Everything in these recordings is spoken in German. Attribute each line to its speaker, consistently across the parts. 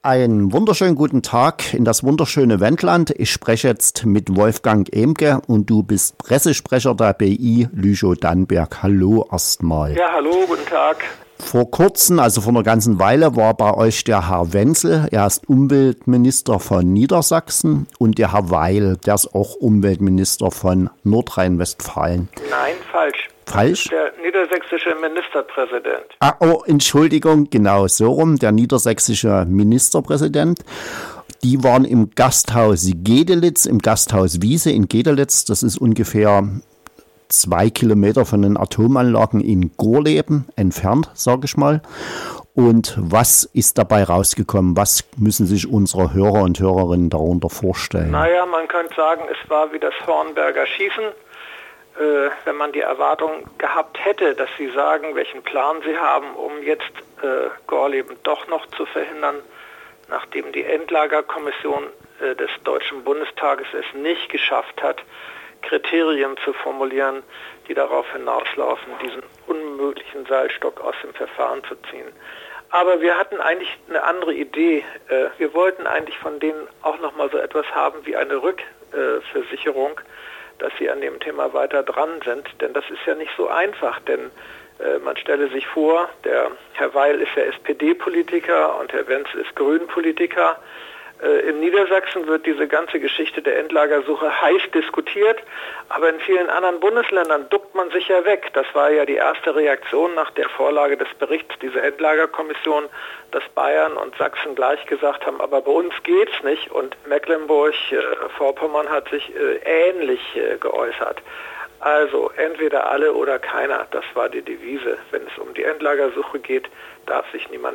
Speaker 1: Einen wunderschönen guten Tag in das wunderschöne Wendland. Ich spreche jetzt mit Wolfgang Emke und du bist Pressesprecher der BI Lüchow-Dannenberg. Hallo erstmal.
Speaker 2: Ja, hallo, guten Tag.
Speaker 1: Vor kurzem, also vor einer ganzen Weile, war bei euch der Herr Wenzel. Er ist Umweltminister von Niedersachsen und der Herr Weil, der ist auch Umweltminister von Nordrhein-Westfalen.
Speaker 2: Nein, falsch.
Speaker 1: Falsch?
Speaker 2: Der niedersächsische Ministerpräsident.
Speaker 1: Entschuldigung, genau so rum, der niedersächsische Ministerpräsident. Die waren im Gasthaus Gedelitz, im Gasthaus Wiese in Gedelitz. Das ist ungefähr 2 Kilometer von den Atomanlagen in Gorleben entfernt, sage ich mal. Und was ist dabei rausgekommen? Was müssen sich unsere Hörer und Hörerinnen darunter vorstellen?
Speaker 2: Naja, man könnte sagen, es war wie das Hornberger Schießen. Wenn man die Erwartung gehabt hätte, dass sie sagen, welchen Plan sie haben, um jetzt Gorleben doch noch zu verhindern, nachdem die Endlagerkommission des Deutschen Bundestages es nicht geschafft hat, Kriterien zu formulieren, die darauf hinauslaufen, diesen unmöglichen Seilstock aus dem Verfahren zu ziehen. Aber wir hatten eigentlich eine andere Idee. Wir wollten eigentlich von denen auch nochmal so etwas haben wie eine Rückversicherung, dass sie an dem Thema weiter dran sind. Denn das ist ja nicht so einfach, denn man stelle sich vor, der Herr Weil ist ja SPD-Politiker und Herr Wenzel ist Grünen-Politiker. In Niedersachsen wird diese ganze Geschichte der Endlagersuche heiß diskutiert, aber in vielen anderen Bundesländern duckt man sich ja weg. Das war ja die erste Reaktion nach der Vorlage des Berichts dieser Endlagerkommission, dass Bayern und Sachsen gleich gesagt haben, aber bei uns geht's nicht, und Mecklenburg-Vorpommern hat sich ähnlich geäußert. Also entweder alle oder keiner, das war die Devise. Wenn es um die Endlagersuche geht, darf sich niemand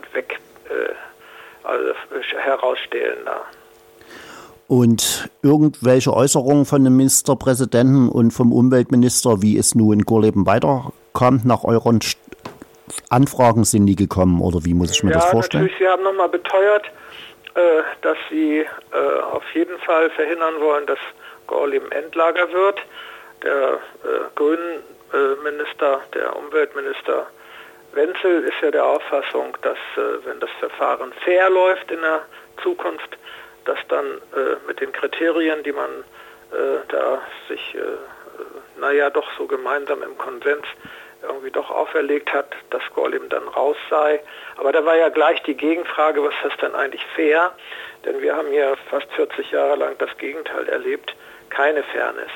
Speaker 2: herausstellen da.
Speaker 1: Und irgendwelche Äußerungen von dem Ministerpräsidenten und vom Umweltminister, wie es nun in Gorleben weiterkommt, nach euren Anfragen sind die gekommen, oder wie muss ich mir das vorstellen? Ja,
Speaker 2: natürlich, Sie haben nochmal beteuert, dass Sie auf jeden Fall verhindern wollen, dass Gorleben Endlager wird. Der Grünen-Minister, der Umweltminister Wenzel ist ja der Auffassung, dass wenn das Verfahren fair läuft in der Zukunft, dass dann mit den Kriterien, die man da sich doch so gemeinsam im Konsens irgendwie doch auferlegt hat, dass Gorleben dann raus sei. Aber da war ja gleich die Gegenfrage, was ist denn eigentlich fair? Denn wir haben hier fast 40 Jahre lang das Gegenteil erlebt, keine Fairness.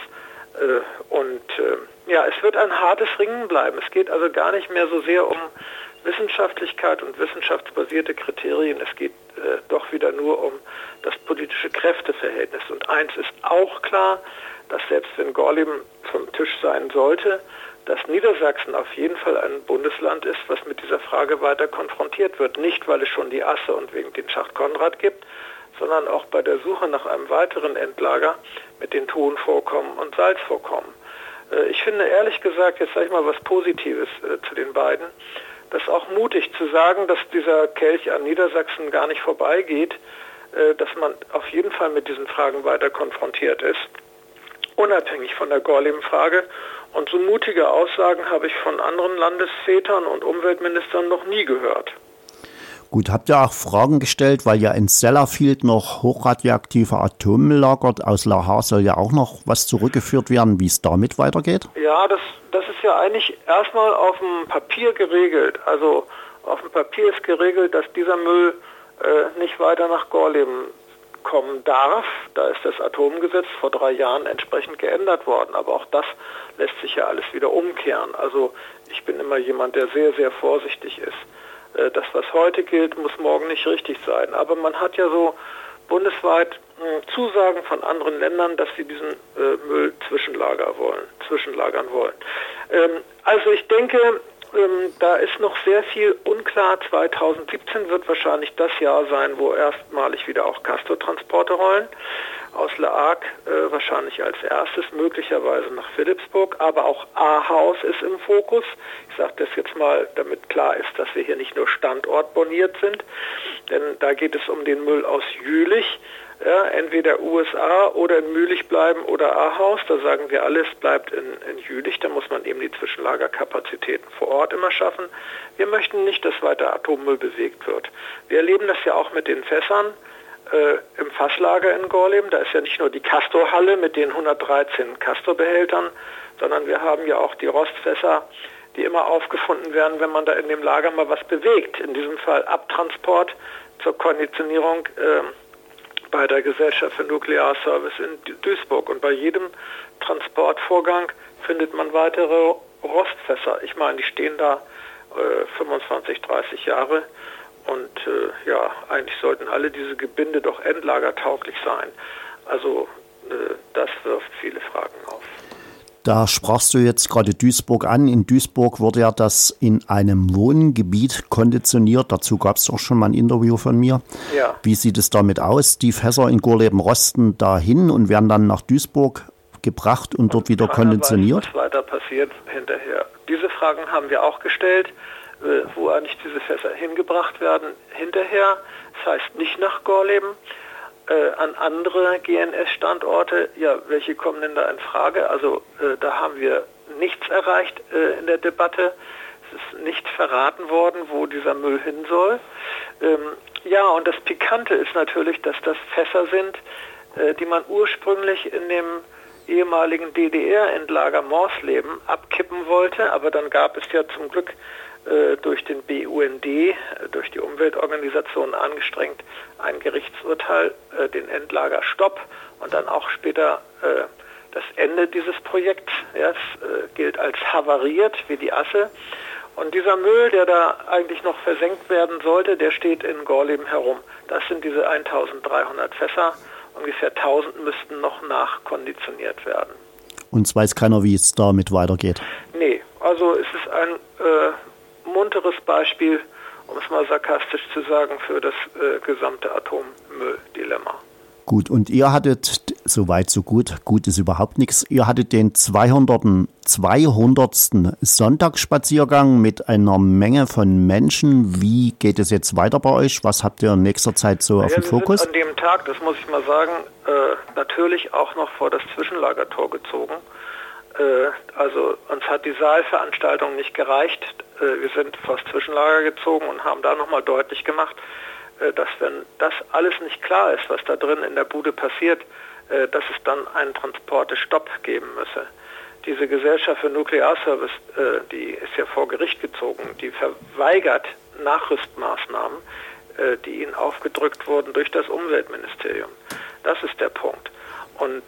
Speaker 2: Es wird ein hartes Ringen bleiben. Es geht also gar nicht mehr so sehr um Wissenschaftlichkeit und wissenschaftsbasierte Kriterien. Es geht doch wieder nur um das politische Kräfteverhältnis. Und eins ist auch klar, dass selbst wenn Gorleben vom Tisch sein sollte, dass Niedersachsen auf jeden Fall ein Bundesland ist, was mit dieser Frage weiter konfrontiert wird. Nicht, weil es schon die Asse und wegen den Schacht Konrad gibt, sondern auch bei der Suche nach einem weiteren Endlager mit den Tonvorkommen und Salzvorkommen. Ich finde ehrlich gesagt, jetzt sage ich mal was Positives zu den beiden, das ist auch mutig zu sagen, dass dieser Kelch an Niedersachsen gar nicht vorbeigeht, dass man auf jeden Fall mit diesen Fragen weiter konfrontiert ist, unabhängig von der Gorleben-Frage. Und so mutige Aussagen habe ich von anderen Landesvätern und Umweltministern noch nie gehört.
Speaker 1: Gut, habt ihr auch Fragen gestellt, weil ja in Sellafield noch hochradioaktive Atommüll lagert. Aus La Hague soll ja auch noch was zurückgeführt werden, wie es damit weitergeht?
Speaker 2: Ja, das ist ja eigentlich erstmal auf dem Papier geregelt. Also auf dem Papier ist geregelt, dass dieser Müll nicht weiter nach Gorleben kommen darf. Da ist das Atomgesetz vor 3 Jahren entsprechend geändert worden. Aber auch das lässt sich ja alles wieder umkehren. Also ich bin immer jemand, der sehr, sehr vorsichtig ist. Das, was heute gilt, muss morgen nicht richtig sein. Aber man hat ja so bundesweit Zusagen von anderen Ländern, dass sie diesen Müll zwischenlagern wollen. Also ich denke, da ist noch sehr viel unklar. 2017 wird wahrscheinlich das Jahr sein, wo erstmalig wieder auch Castortransporte rollen. Aus La Hague wahrscheinlich als erstes, möglicherweise nach Philippsburg, aber auch Ahaus ist im Fokus. Ich sage das jetzt mal, damit klar ist, dass wir hier nicht nur standortboniert sind. denn da geht es um den Müll aus Jülich, ja, entweder USA oder in Mühlich bleiben oder Ahaus. Da sagen wir, alles bleibt in Jülich. Da muss man eben die Zwischenlagerkapazitäten vor Ort immer schaffen. Wir möchten nicht, dass weiter Atommüll bewegt wird. Wir erleben das ja auch mit den Fässern im Fasslager in Gorleben. Da ist ja nicht nur die Castor-Halle mit den 113 Castor-Behältern, sondern wir haben ja auch die Rostfässer, die immer aufgefunden werden, wenn man da in dem Lager mal was bewegt. In diesem Fall Abtransport zur Konditionierung bei der Gesellschaft für Nuklearservice in Duisburg. Und bei jedem Transportvorgang findet man weitere Rostfässer. Ich meine, die stehen da 25, 30 Jahre. Und ja, eigentlich sollten alle diese Gebinde doch endlagertauglich sein. Also das wirft viele Fragen auf.
Speaker 1: Da sprachst du jetzt gerade Duisburg an. In Duisburg wurde ja das in einem Wohngebiet konditioniert. Dazu gab es doch schon mal ein Interview von mir.
Speaker 2: Ja.
Speaker 1: Wie sieht es damit aus? Die Fässer in Gorleben rosten dahin und werden dann nach Duisburg gebracht und dort wieder konditioniert?
Speaker 2: Was weiter passiert hinterher? Diese Fragen haben wir auch gestellt, wo eigentlich diese Fässer hingebracht werden hinterher. Das heißt nicht nach Gorleben. An andere GNS-Standorte, ja, welche kommen denn da in Frage? Also da haben wir nichts erreicht in der Debatte. Es ist nicht verraten worden, wo dieser Müll hin soll. Ja, und das Pikante ist natürlich, dass das Fässer sind, die man ursprünglich in dem ehemaligen DDR-Endlager Morsleben abkippen wollte. Aber dann gab es ja zum Glück durch den BUND, durch die Umweltorganisationen angestrengt, ein Gerichtsurteil, den Endlagerstopp und dann auch später das Ende dieses Projekts. Ja, es gilt als havariert wie die Asse. Und dieser Müll, der da eigentlich noch versenkt werden sollte, der steht in Gorleben herum. Das sind diese 1300 Fässer. Ungefähr 1000 müssten noch nachkonditioniert werden.
Speaker 1: Und es weiß keiner, wie es damit weitergeht?
Speaker 2: Nee, also es ist ein munteres Beispiel, um es mal sarkastisch zu sagen, für das gesamte Atommülldilemma.
Speaker 1: Gut, und ihr hattet, soweit so gut ist überhaupt nichts, ihr hattet den 200. Sonntagsspaziergang mit einer Menge von Menschen. Wie geht es jetzt weiter bei euch? Was habt ihr in nächster Zeit so auf dem Fokus?
Speaker 2: Wir sind an dem Tag, das muss ich mal sagen, natürlich auch noch vor das Zwischenlagertor gezogen. Also uns hat die Saalveranstaltung nicht gereicht. Wir sind vor das Zwischenlager gezogen und haben da nochmal deutlich gemacht, dass wenn das alles nicht klar ist, was da drin in der Bude passiert, dass es dann einen Transportestopp geben müsse. Diese Gesellschaft für Nuklearservice, die ist ja vor Gericht gezogen, die verweigert Nachrüstmaßnahmen, die ihnen aufgedrückt wurden durch das Umweltministerium. Das ist der Punkt. Und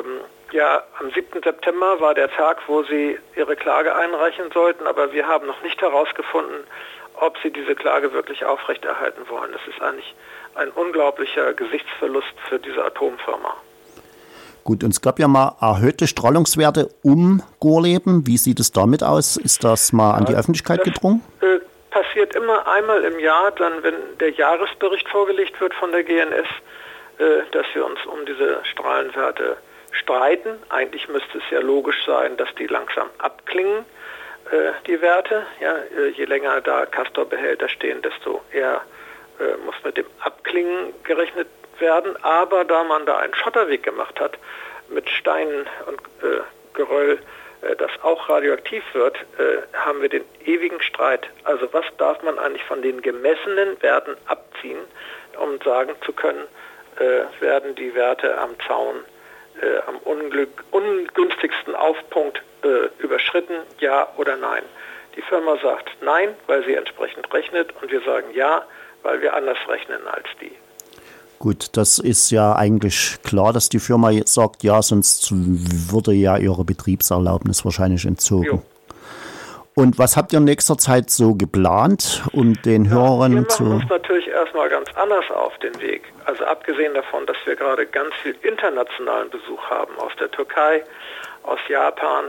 Speaker 2: ja, am 7. September war der Tag, wo sie ihre Klage einreichen sollten, aber wir haben noch nicht herausgefunden, ob sie diese Klage wirklich aufrechterhalten wollen. Das ist eigentlich ein unglaublicher Gesichtsverlust für diese Atomfirma.
Speaker 1: Gut, und es gab ja mal erhöhte Strahlungswerte um Gorleben. Wie sieht es damit aus? Ist das mal an die Öffentlichkeit gedrungen?
Speaker 2: Passiert immer einmal im Jahr, dann wenn der Jahresbericht vorgelegt wird von der GNS, dass wir uns um diese Strahlenwerte streiten. Eigentlich müsste es ja logisch sein, dass die langsam abklingen, die Werte. Ja, je länger da Castor-Behälter stehen, desto eher muss mit dem Abklingen gerechnet werden. Aber da man da einen Schotterweg gemacht hat, mit Steinen und Geröll, das auch radioaktiv wird, haben wir den ewigen Streit. Also was darf man eigentlich von den gemessenen Werten abziehen, um sagen zu können, werden die Werte am Zaun am ungünstigsten Aufpunkt überschritten, ja oder nein. Die Firma sagt nein, weil sie entsprechend rechnet, und wir sagen ja, weil wir anders rechnen als die.
Speaker 1: Gut, das ist ja eigentlich klar, dass die Firma jetzt sagt, ja, sonst würde ja ihre Betriebserlaubnis wahrscheinlich entzogen.
Speaker 2: Jo.
Speaker 1: Und was habt ihr in nächster Zeit so geplant, um den Hörern zu...
Speaker 2: Wir machen uns natürlich erstmal ganz anders auf den Weg. Also abgesehen davon, dass wir gerade ganz viel internationalen Besuch haben aus der Türkei, aus Japan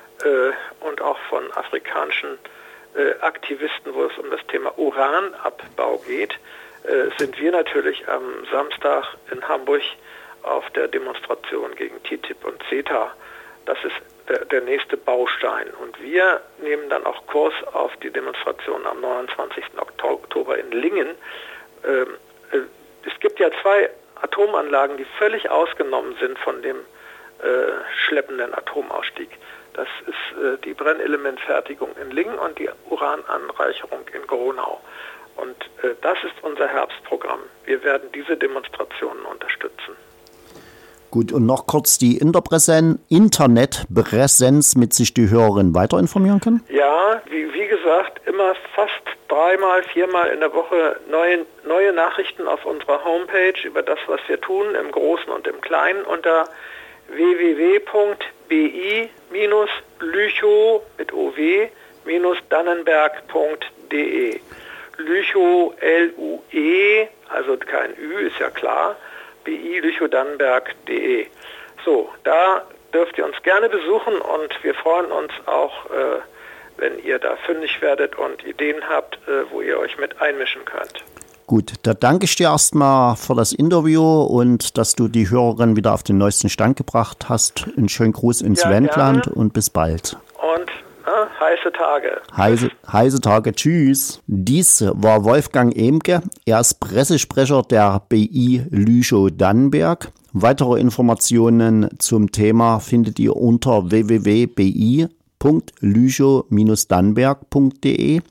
Speaker 2: und auch von afrikanischen Aktivisten, wo es um das Thema Uranabbau geht, sind wir natürlich am Samstag in Hamburg auf der Demonstration gegen TTIP und CETA. Das ist der nächste Baustein. Und wir nehmen dann auch Kurs auf die Demonstration am 29. Oktober in Lingen, es gibt ja 2 Atomanlagen, die völlig ausgenommen sind von dem schleppenden Atomausstieg. Das ist die Brennelementfertigung in Lingen und die Urananreicherung in Gronau. Und das ist unser Herbstprogramm. Wir werden diese Demonstrationen unterstützen.
Speaker 1: Gut, und noch kurz die Internetpräsenz, mit sich die Hörerinnen weiter informieren können?
Speaker 2: Ja, wie gesagt, immer fast 3-mal, 4-mal in der Woche neue Nachrichten auf unserer Homepage über das, was wir tun, im Großen und im Kleinen, unter www.bi-lüchow mit ow-dannenberg.de. Lüchow, L-U-E, also kein Ü, ist ja klar, bi-lüchow-dannenberg.de. So, da dürft ihr uns gerne besuchen und wir freuen uns auch, wenn ihr da fündig werdet und Ideen habt, wo ihr euch mit einmischen könnt.
Speaker 1: Gut, da danke ich dir erstmal für das Interview und dass du die Hörerin wieder auf den neuesten Stand gebracht hast. Einen schönen Gruß ins Wendland und bis bald.
Speaker 2: Und heiße Tage.
Speaker 1: Heiße Tage, tschüss. Dies war Wolfgang Emke, er ist Pressesprecher der BI Lüchow-Dannenberg. Weitere Informationen zum Thema findet ihr unter www.bi.lüchow-dannenberg.de.